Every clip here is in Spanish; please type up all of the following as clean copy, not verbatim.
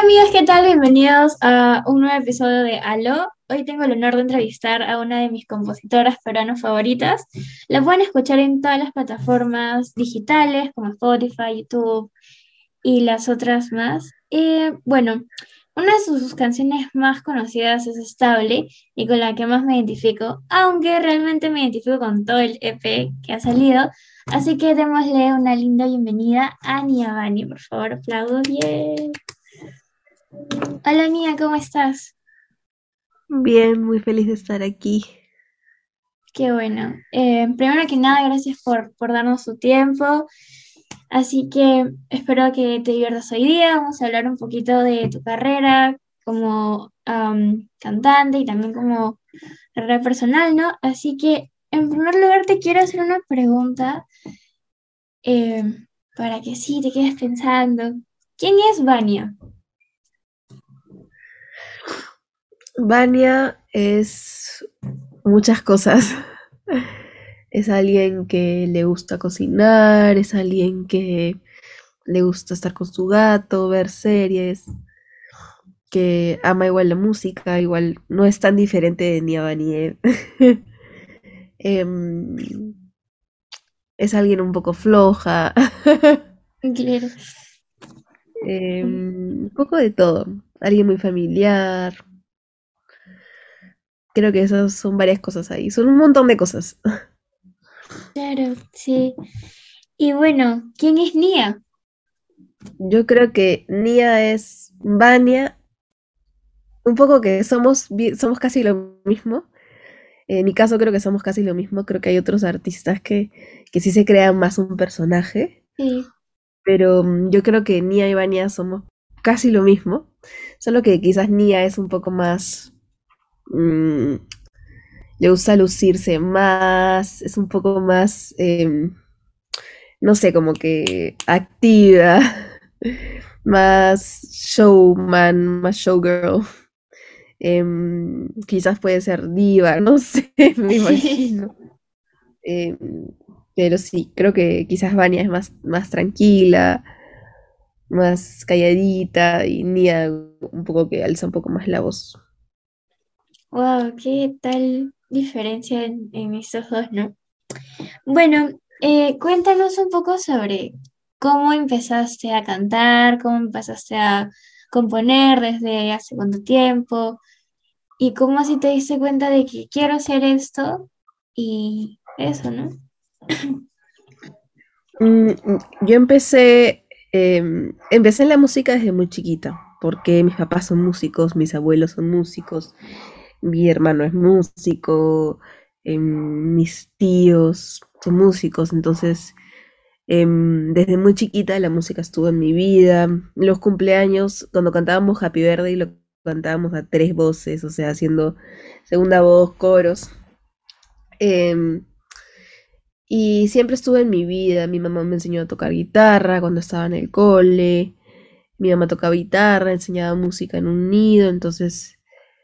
amigos, ¿qué tal? Bienvenidos a un nuevo episodio de Aló. Hoy tengo el honor de entrevistar a una de mis compositoras peruanas favoritas. La pueden escuchar en todas las plataformas digitales como Spotify, YouTube y las otras más. Bueno, una de sus canciones más conocidas es Estable y con la que más me identifico, aunque realmente me identifico con todo el EP que ha salido. Así que démosle una linda bienvenida a Nia Bani, por favor, aplaudo bien. Hola Nia, ¿cómo estás? Bien, muy feliz de estar aquí. Qué bueno. Primero que nada, gracias por darnos tu tiempo. Así que espero que te diviertas hoy día. Vamos a hablar un poquito de tu carrera como cantante y también como carrera personal, ¿no? Así que en primer lugar te quiero hacer una pregunta eh, para que sí te quedes pensando. ¿Quién es Vania? Vania es muchas cosas. Es alguien que le gusta cocinar, es alguien que le gusta estar con su gato, ver series, que ama igual la música, igual no es tan diferente de Nia Vanier. Em, es alguien un poco floja, Claro. un poco de todo. Alguien muy familiar. Creo que esas son varias cosas ahí. Son un montón de cosas. Claro, sí. Y bueno, ¿quién es Nia? Yo creo que Nia es Vania, un poco que somos casi lo mismo. En mi caso creo que somos casi lo mismo. Creo que hay otros artistas que sí se crean más un personaje. Sí. Pero yo creo que Nia y Vania somos casi lo mismo. Solo que quizás Nia es un poco más... mm, le gusta lucirse más, es un poco más, no sé, como que activa, más showman, más showgirl. Quizás puede ser diva, no sé, me imagino. Em, pero sí, creo que quizás Vania es más tranquila, más calladita y Nia un poco que alza un poco más la voz. Wow, qué tal diferencia en estos dos, ¿no? Bueno, cuéntanos un poco sobre cómo empezaste a cantar, cómo empezaste a componer, desde hace cuánto tiempo, y cómo así te diste cuenta de que quiero hacer esto y eso, ¿no? Yo empecé en la música desde muy chiquita, porque mis papás son músicos, mis abuelos son músicos, mi hermano es músico, mis tíos son músicos, entonces desde muy chiquita la música estuvo en mi vida. Los cumpleaños, cuando cantábamos Happy Birthday, lo cantábamos a tres voces, o sea, haciendo segunda voz, coros. Em, y siempre estuvo en mi vida. Mi mamá me enseñó a tocar guitarra cuando estaba en el cole. Mi mamá tocaba guitarra, enseñaba música en un nido, entonces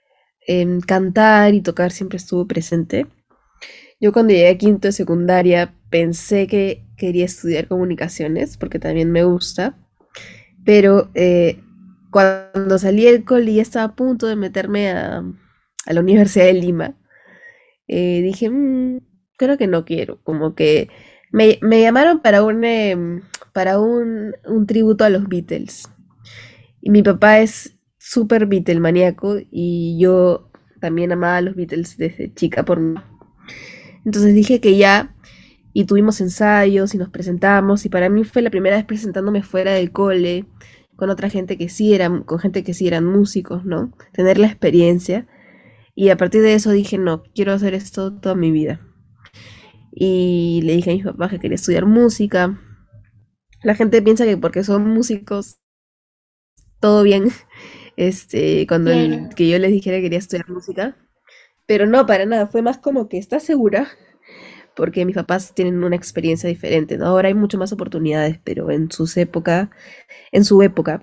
cantar y tocar siempre estuvo presente. Yo cuando llegué a quinto de secundaria pensé que quería estudiar comunicaciones porque también me gusta, pero cuando salí del cole y ya estaba a punto de meterme a la Universidad de Lima, dije, creo que no quiero, como que me llamaron para un tributo a los Beatles. Y mi papá es súper Beatle maníaco y yo también amaba a los Beatles desde chica por mí. Entonces dije que ya, y tuvimos ensayos y nos presentamos, y para mí fue la primera vez presentándome fuera del cole, con otra gente que sí eran, con gente que sí eran músicos, ¿no? Tener la experiencia. Y a partir de eso dije, no, quiero hacer esto toda mi vida. Y le dije a mis papás que quería estudiar música. La gente piensa que porque son músicos, todo bien, Claro. que yo les dijera que quería estudiar música. Pero no, para nada, fue más como que, ¿estás segura? Porque mis papás tienen una experiencia diferente, ¿no? Ahora hay mucho más oportunidades, pero en su época,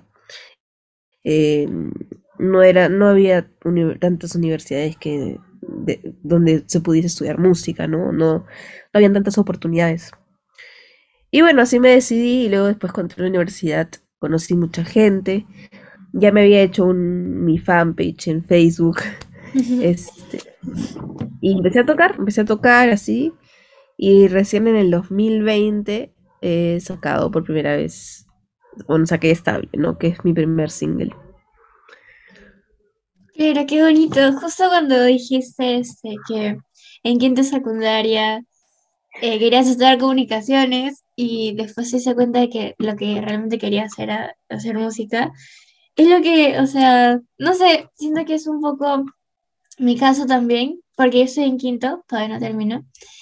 eh, no había tantas universidades donde se pudiese estudiar música, ¿no? No habían tantas oportunidades. Y bueno, así me decidí y luego después cuando entré a la universidad conocí mucha gente Ya me había hecho mi fanpage en Facebook, este, y empecé a tocar así, y recién en el 2020 he sacado por primera vez, bueno, saqué Estable, ¿no? Que es mi primer single. Pero qué bonito, justo cuando dijiste que en quinta secundaria querías estudiar comunicaciones y después se dio cuenta de que lo que realmente querías era hacer música, es lo que, o sea, no sé, siento que es un poco mi caso también, porque yo estoy en quinto, todavía no termino,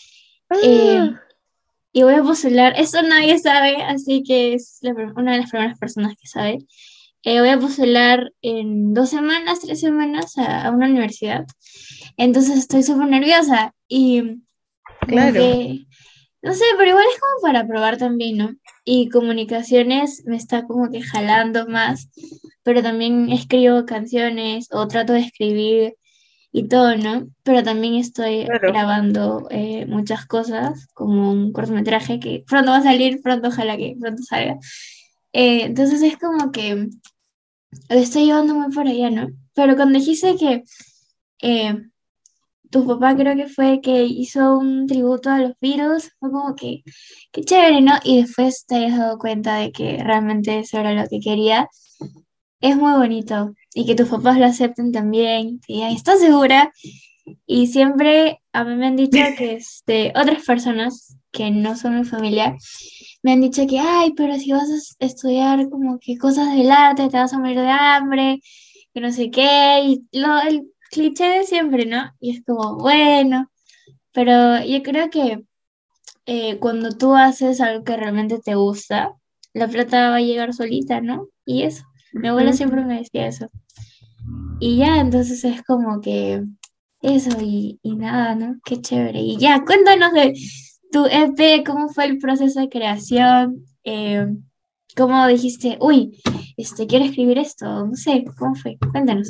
eh, Ah, y voy a postular, eso nadie sabe, así que es una de las primeras personas que sabe. Voy a postular en 2 semanas, 3 semanas a una universidad. Entonces estoy súper nerviosa y como claro. que, no sé, pero igual es como para probar también, ¿no? Y comunicaciones me está como que jalando más, pero también escribo canciones o trato de escribir y todo, ¿no? Pero también estoy Claro. grabando muchas cosas, como un cortometraje que pronto va a salir, pronto ojalá que pronto salga. Entonces es como que lo estoy llevando muy por allá, ¿no? Pero cuando dijiste que eh, tu papá creo que fue que hizo un tributo a los Beatles, fue como que, qué chévere, ¿no? Y después te has dado cuenta de que realmente eso era lo que quería. Es muy bonito. Y que tus papás lo acepten también. Y ahí estás segura. Y siempre a mí me han dicho que otras personas que no son mi familia me han dicho que, ay, pero si vas a estudiar como que cosas del arte, te vas a morir de hambre, que no sé qué, y el cliché de siempre, ¿no? Y es como, bueno, pero yo creo que cuando tú haces algo que realmente te gusta, la plata va a llegar solita, ¿no? Y eso, mi abuela Ujú. siempre me decía eso. Y ya, entonces es como que eso y nada, ¿no? Qué chévere. Y ya, cuéntanos de tu EP, cómo fue el proceso de creación, cómo dijiste, uy, quiero escribir esto, no sé, ¿cómo fue? Cuéntanos.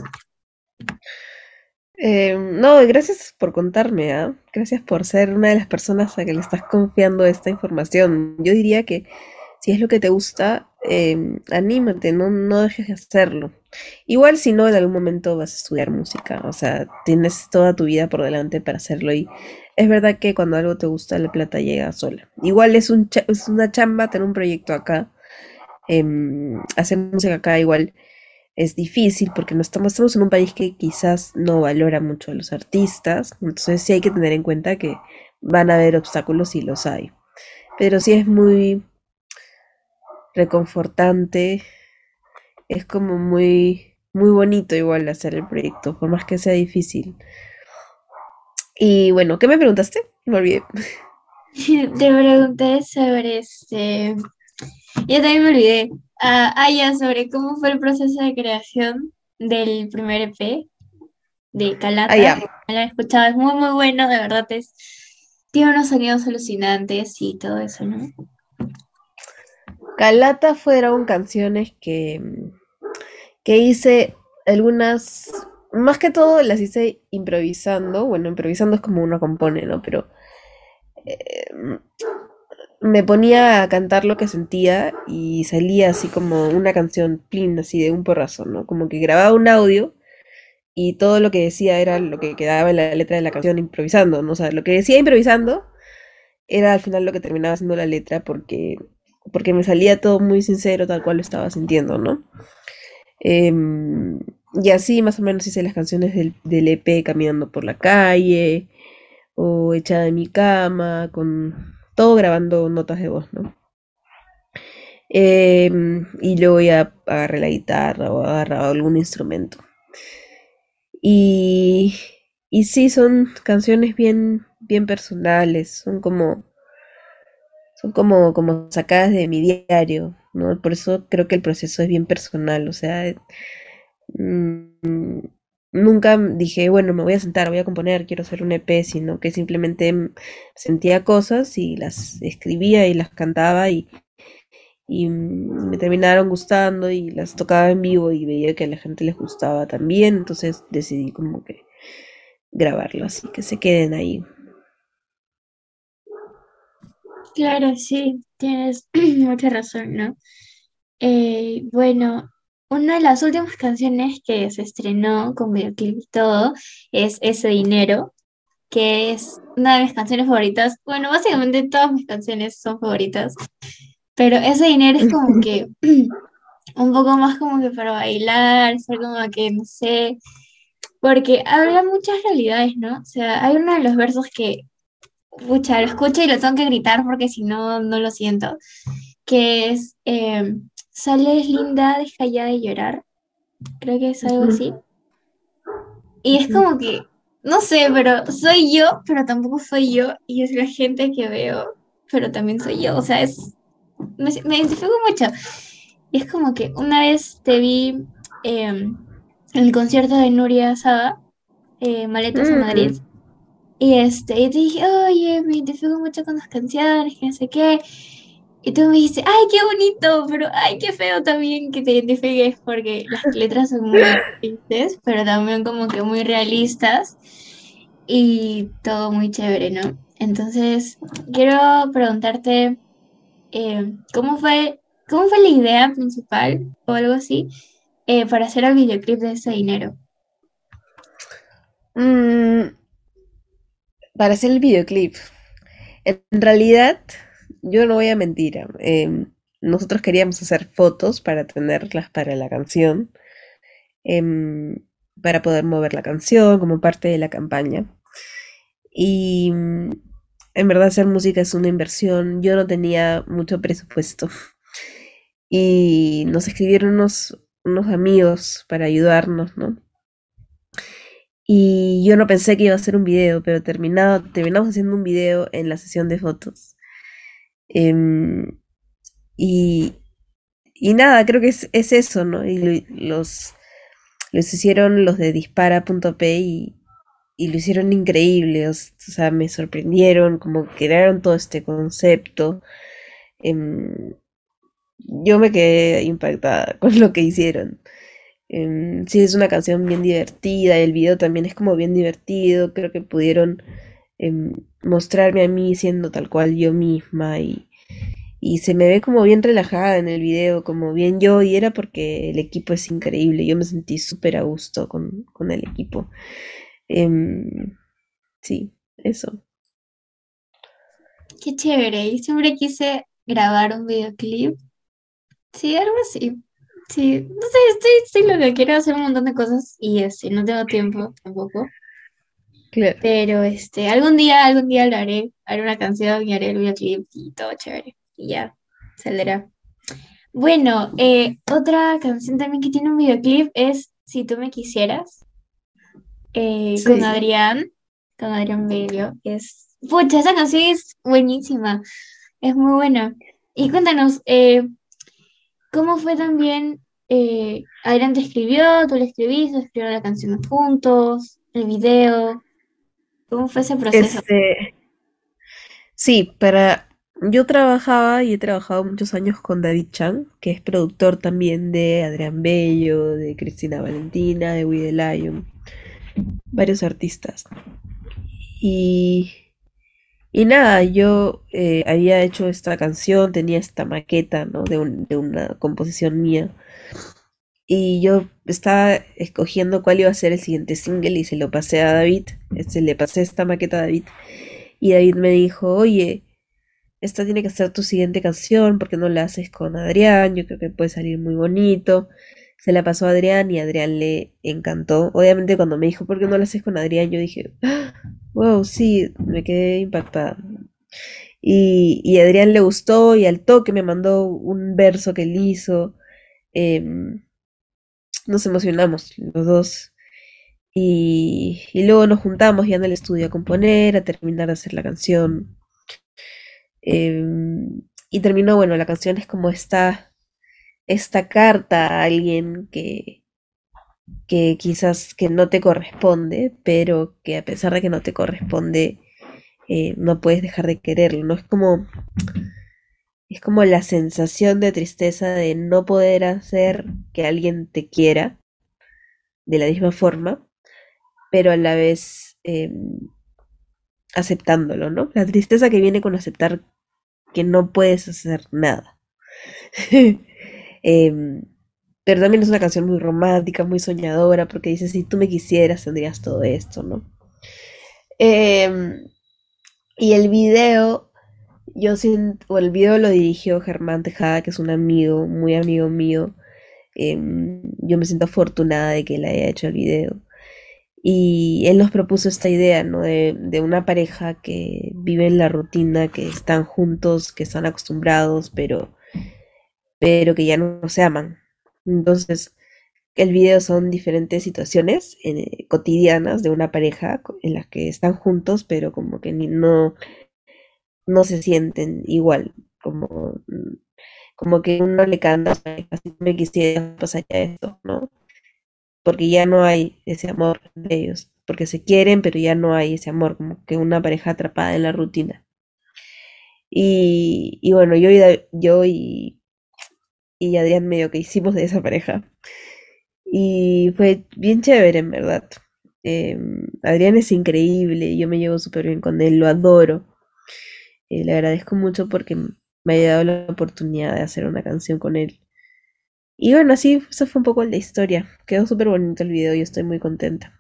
No, gracias por contarme, ¿ah? Gracias por ser una de las personas a que le estás confiando esta información. Yo diría que si es lo que te gusta, anímate, no dejes de hacerlo. Igual si no, en algún momento vas a estudiar música, o sea, tienes toda tu vida por delante para hacerlo y es verdad que cuando algo te gusta, la plata llega sola. Igual es una chamba tener un proyecto acá, hacer música acá igual es difícil porque no estamos en un país que quizás no valora mucho a los artistas, entonces sí hay que tener en cuenta que van a haber obstáculos y los hay. Pero sí es muy reconfortante, es como muy bonito igual hacer el proyecto, por más que sea difícil. Y bueno, ¿qué me preguntaste? Me olvidé. Te pregunté sobre yo también me olvidé. Ya, sobre cómo fue el proceso de creación del primer EP de Ah, Calata. ya. Me lo he escuchado, es muy, muy bueno, de verdad tiene unos sonidos alucinantes y todo eso, ¿no? Calata fueron canciones que hice algunas, más que todo las hice improvisando. Bueno, improvisando es como uno compone, ¿no? Pero eh, me ponía a cantar lo que sentía y salía así como una canción, plin, así de un porrazo, ¿no? Como que grababa un audio y todo lo que decía era lo que quedaba en la letra de la canción improvisando, ¿no? O sea, lo que decía improvisando era al final lo que terminaba siendo la letra porque me salía todo muy sincero, tal cual lo estaba sintiendo, ¿no? Em, y así más o menos hice las canciones del EP caminando por la calle o echada en mi cama, con todo grabando notas de voz, ¿no? Y luego ya agarré la guitarra o agarraba algún instrumento. Y, y sí, son canciones bien personales, como sacadas de mi diario, ¿no? Por eso creo que el proceso es bien personal, o sea, mm, nunca dije, bueno, me voy a sentar, voy a componer, quiero hacer un EP, sino que simplemente sentía cosas y las escribía y las cantaba y me terminaron gustando y las tocaba en vivo y veía que a la gente les gustaba también, entonces decidí como que grabarlas y que se queden ahí. Claro, sí, tienes mucha razón, ¿no? Bueno, una de las últimas canciones que se estrenó con videoclip y todo es Ese Dinero, que es una de mis canciones favoritas. Bueno, básicamente todas mis canciones son favoritas, pero Ese Dinero es como que un poco más como que para bailar, ser como que, no sé, porque habla muchas realidades, ¿no? O sea, hay uno de los versos que, pucha, lo escucho y lo tengo que gritar porque si no, no lo siento, que es, sales linda, deja ya de llorar, creo que es algo Ujú, así. Y es ujú. como que, no sé, pero soy yo, pero tampoco soy yo, y es la gente que veo, pero también soy yo, o sea, me identifico mucho. Y es como que una vez te vi en el concierto de Nuria Sada, Maletas a Madrid, Mm, y te dije, oye, me identifico mucho con las canciones, que no sé qué. Y tú me dices, ay, qué bonito, pero ay, qué feo también que te identifiques, porque las letras son muy tristes, pero también como que muy realistas y todo muy chévere, ¿no? Entonces, quiero preguntarte, cómo fue la idea principal o algo así para hacer el videoclip de ese dinero? mm, para hacer el videoclip. En realidad, yo no voy a mentir. Nosotros queríamos hacer fotos para tenerlas para la canción, em, para poder mover la canción como parte de la campaña. Y en verdad hacer música es una inversión. Yo no tenía mucho presupuesto. Y nos escribieron unos amigos para ayudarnos, ¿no? Y yo no pensé que iba a hacer un video, pero terminamos haciendo un video en la sesión de fotos. Em, y, y nada, creo que es eso, ¿no? Los hicieron los de Dispara.p y lo hicieron increíble, o sea, me sorprendieron, como crearon todo este concepto. Em, yo me quedé impactada con lo que hicieron. Sí, es una canción bien divertida, el video también es como bien divertido, creo que pudieron mostrarme a mí siendo tal cual yo misma y se me ve como bien relajada en el video, como bien yo, y era porque el equipo es increíble, yo me sentí súper a gusto con el equipo. Em, sí, eso. Qué chévere, y siempre quise grabar un videoclip. Sí, algo así. Sí, no sé, estoy lo que quiero hacer un montón de cosas y no tengo tiempo tampoco. Claro. Pero algún día lo haré una canción y haré el videoclip y todo chévere. Y ya, saldrá. Bueno, otra canción también que tiene un videoclip es Si tú me quisieras, Sí. con Adrián Bello. Pucha, esa canción es buenísima, es muy buena. Y cuéntanos, ¿cómo fue también? Adrián te escribió, tú le escribiste, escribieron la canción juntos, el video. ¿Cómo fue ese proceso? Este, sí, yo trabajaba y he trabajado muchos años con David Chan, que es productor también de Adrián Bello, de Cristina Valentina, de We the Lion, varios artistas. Y, y nada, yo había hecho esta canción, tenía esta maqueta, ¿no? De una composición mía. Y yo estaba escogiendo cuál iba a ser el siguiente single y se lo pasé a David. Le pasé esta maqueta a David. Y David me dijo, oye, esta tiene que ser tu siguiente canción, porque no la haces con Adrián? Yo creo que puede salir muy bonito. Se la pasó a Adrián y a Adrián le encantó. Obviamente cuando me dijo, ¿por qué no la haces con Adrián? Yo dije, wow, sí, me quedé impactada. Y a Adrián le gustó y al toque me mandó un verso que él hizo. Em, nos emocionamos los dos. Y luego nos juntamos ya en el estudio a componer, a terminar de hacer la canción. Y terminó, bueno, la canción es como esta carta a alguien que quizás que no te corresponde, pero que a pesar de que no te corresponde, no puedes dejar de quererlo, ¿no? Es como la sensación de tristeza de no poder hacer que alguien te quiera de la misma forma, pero a la vez aceptándolo, ¿no? La tristeza que viene con aceptar que no puedes hacer nada. Em, pero también es una canción muy romántica, muy soñadora, porque dice, si tú me quisieras, tendrías todo esto, ¿no? Em, y el video, yo siento, o el video lo dirigió Germán Tejada, que es un amigo, muy amigo mío. Yo me siento afortunada de que él haya hecho el video. Y él nos propuso esta idea, ¿no? De una pareja que vive en la rutina, que están juntos, que están acostumbrados, pero que ya no se aman. Entonces, el video son diferentes situaciones cotidianas de una pareja en las que están juntos, pero como que no se sienten igual, como, como que uno le canta, o sea, así me quisiera pasaría esto, ¿no? Porque ya no hay ese amor de ellos, porque se quieren, pero ya no hay ese amor, como que una pareja atrapada en la rutina. Y bueno, yo y Adrián medio que hicimos de esa pareja. Y fue bien chévere, en verdad. Adrián es increíble, yo me llevo súper bien con él, lo adoro. Le agradezco mucho porque me haya dado la oportunidad de hacer una canción con él. Y bueno, así, eso fue un poco la historia. Quedó súper bonito el video y estoy muy contenta.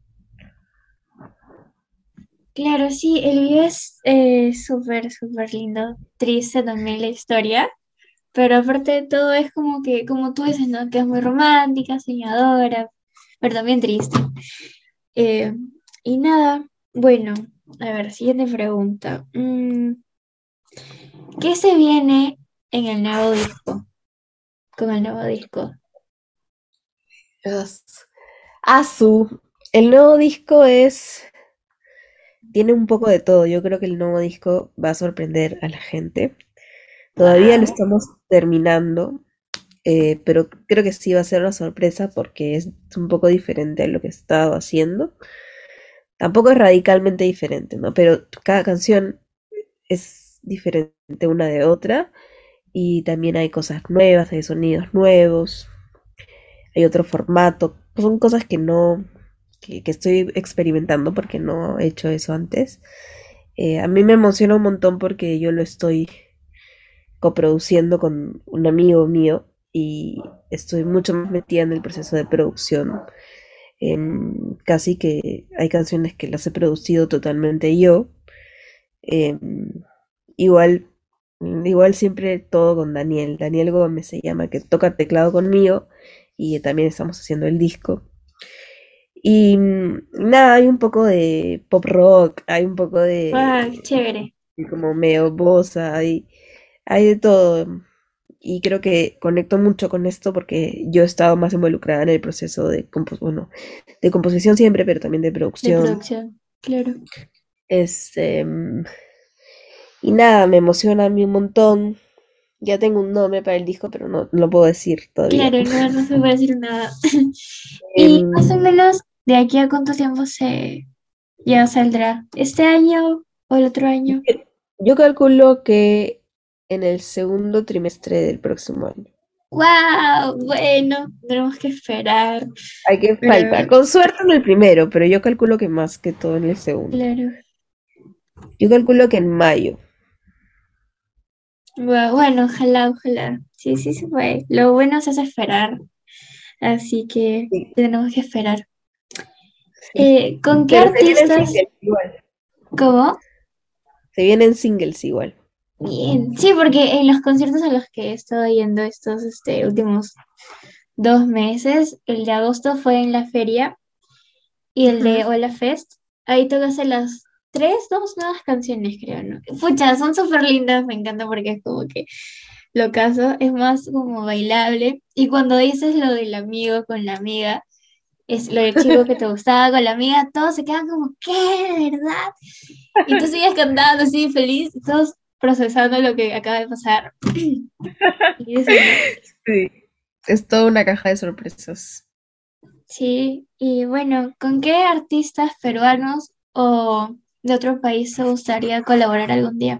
Claro, sí, el video es súper, súper lindo, triste también la historia, pero aparte de todo es como que, como tú dices, ¿no? Que es muy romántica, soñadora, pero también triste. Eh, y nada, bueno, a ver, siguiente pregunta. ¿Qué se viene en el nuevo disco? Con el nuevo disco. Dios. Azu, el nuevo disco tiene un poco de todo. Yo creo que el nuevo disco va a sorprender a la gente. Todavía lo Wow. estamos terminando, pero creo que sí va a ser una sorpresa porque es un poco diferente a lo que he estado haciendo. Tampoco es radicalmente diferente, ¿no? Pero cada canción es diferente una de otra y también hay cosas nuevas, hay sonidos nuevos, hay otro formato. Son cosas que no, que estoy experimentando porque no he hecho eso antes. A mí me emociona un montón porque yo lo estoy coproduciendo con un amigo mío y estoy mucho más metida en el proceso de producción. Casi que hay canciones que las he producido totalmente yo. Em, igual, igual siempre todo con Daniel. Daniel Gómez se llama, que toca teclado conmigo y también estamos haciendo el disco. Y nada, hay un poco de pop rock, hay un poco Wow, chévere. de como medio bossa, hay de todo. Y creo que conecto mucho con esto porque yo he estado más involucrada en el proceso bueno, de composición siempre, pero también de De producción. producción, claro. Este, y nada, me emociona a mí un montón. Ya tengo un nombre para el disco, pero no lo puedo decir todavía. Claro, no, no se puede decir nada. Y más o Em, menos, ¿de aquí a cuánto tiempo ya saldrá? ¿Este año o el otro año? yo calculo que en el segundo trimestre del próximo año. ¡Wow! Bueno, tenemos que esperar. Hay que falta. Pero, Con suerte en el primero, pero yo calculo que más que todo en el segundo. claro. Yo calculo que en mayo. Bueno, ojalá, ojalá. Sí, sí se puede. Lo bueno es esperar. Así que Sí, tenemos que esperar. sí. ¿Con qué Pero se vienen artistas? singles igual. ¿Cómo? Se vienen singles igual. Bien. Sí, porque en los conciertos a los que he estado yendo estos últimos 2 meses, el de agosto fue en la feria y el Ujú. de Hola Fest, ahí tocaste las dos nuevas canciones, creo, ¿no? Pucha, son súper lindas, me encanta porque es como que lo caso, es más como bailable. Y cuando dices lo del amigo con la amiga, es lo del chico que te gustaba con la amiga, todos se quedan como, ¿qué? ¿De verdad? Y tú sigues cantando así, feliz, y todos procesando lo que acaba de pasar. Y eso, ¿no? Sí. Es toda una caja de sorpresas. Sí, y bueno, ¿con qué artistas peruanos o de otro país te gustaría colaborar algún día?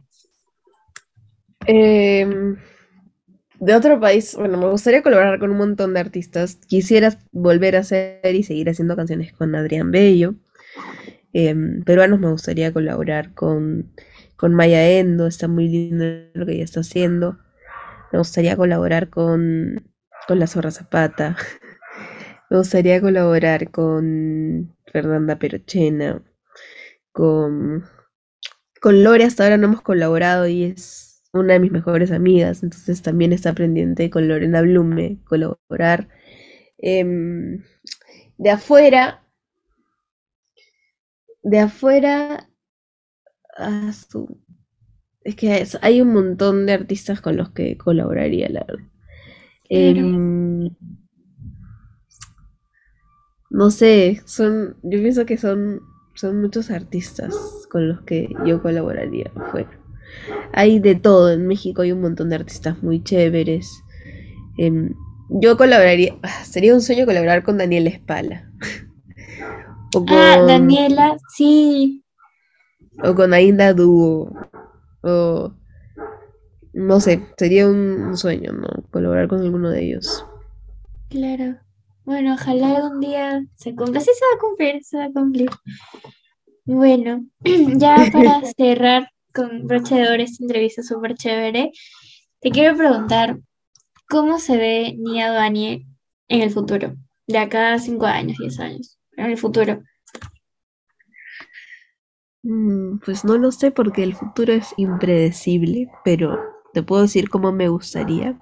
Em, de otro país, bueno, me gustaría colaborar con un montón de artistas. Quisiera volver a hacer y seguir haciendo canciones con Adrián Bello. Peruanos me gustaría colaborar con Maya Endo, está muy lindo lo que ella está haciendo. Me gustaría colaborar con con la Zorra Zapata. Me gustaría colaborar con Fernanda Perochena, con, con Lore hasta ahora no hemos colaborado y es una de mis mejores amigas, entonces también está pendiente con Lorena Blume colaborar. Em, de afuera, de afuera, ah, es que hay un montón de artistas con los que colaboraría, la verdad. Claro. Em, no sé, yo pienso que son muchos artistas con los que yo colaboraría afuera. Hay de todo, en México hay un montón de artistas muy chéveres. Em, yo colaboraría, sería un sueño colaborar con Daniel Espala o Ah, Daniela, sí, o con Ainda Dúo o no sé, sería un sueño, ¿no? Colaborar con alguno de ellos. claro. Bueno, ojalá algún día se cumpla. Sí, se va a cumplir, se va a cumplir. Bueno, ya para cerrar con broche de oro esta entrevista súper chévere, te quiero preguntar, ¿cómo se ve Nia Oanie en el futuro? De acá a 5 años, 10 años, en el futuro. Pues no lo sé porque el futuro es impredecible, pero te puedo decir cómo me gustaría.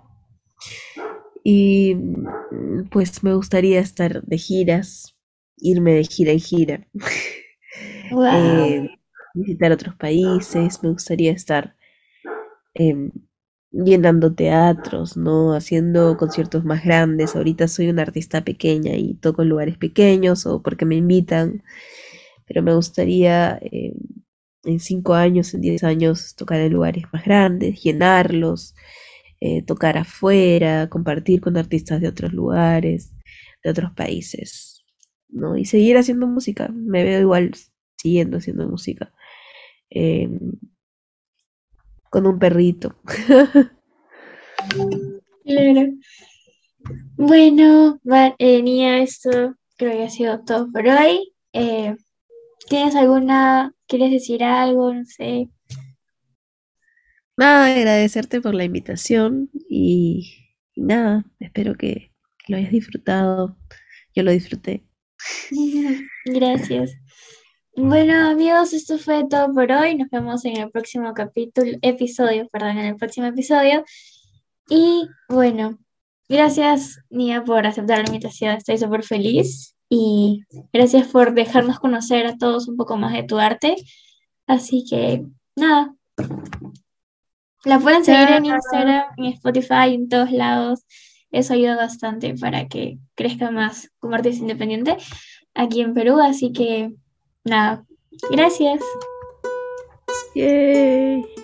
Y pues me gustaría estar de giras, irme de gira en gira, Wow. eh, visitar otros países, me gustaría estar em, llenando teatros, ¿no? Haciendo conciertos más grandes. Ahorita soy una artista pequeña y toco en lugares pequeños o porque me invitan, pero me gustaría en 5 años, en 10 años, tocar en lugares más grandes, llenarlos, tocar afuera, compartir con artistas de otros lugares, de otros países, ¿no? Y seguir haciendo música. Me veo igual siguiendo haciendo música. eh, con un perrito. Claro. Bueno, Nia, esto creo que ha sido todo por hoy. ¿Tienes quieres decir algo? No sé. Nada, agradecerte por la invitación y nada, espero que lo hayas disfrutado. Yo lo disfruté. Gracias. Bueno, amigos, esto fue todo por hoy. Nos vemos en el próximo episodio, perdón, en el próximo episodio. Y bueno, gracias, Nia, por aceptar la invitación. Estoy súper feliz. Y gracias por dejarnos conocer a todos un poco más de tu arte. Así que, nada, la pueden seguir en Chao. Instagram, en Spotify, en todos lados. Eso ayuda bastante para que crezca más como artista independiente aquí en Perú. Así que, nada, gracias. Yay.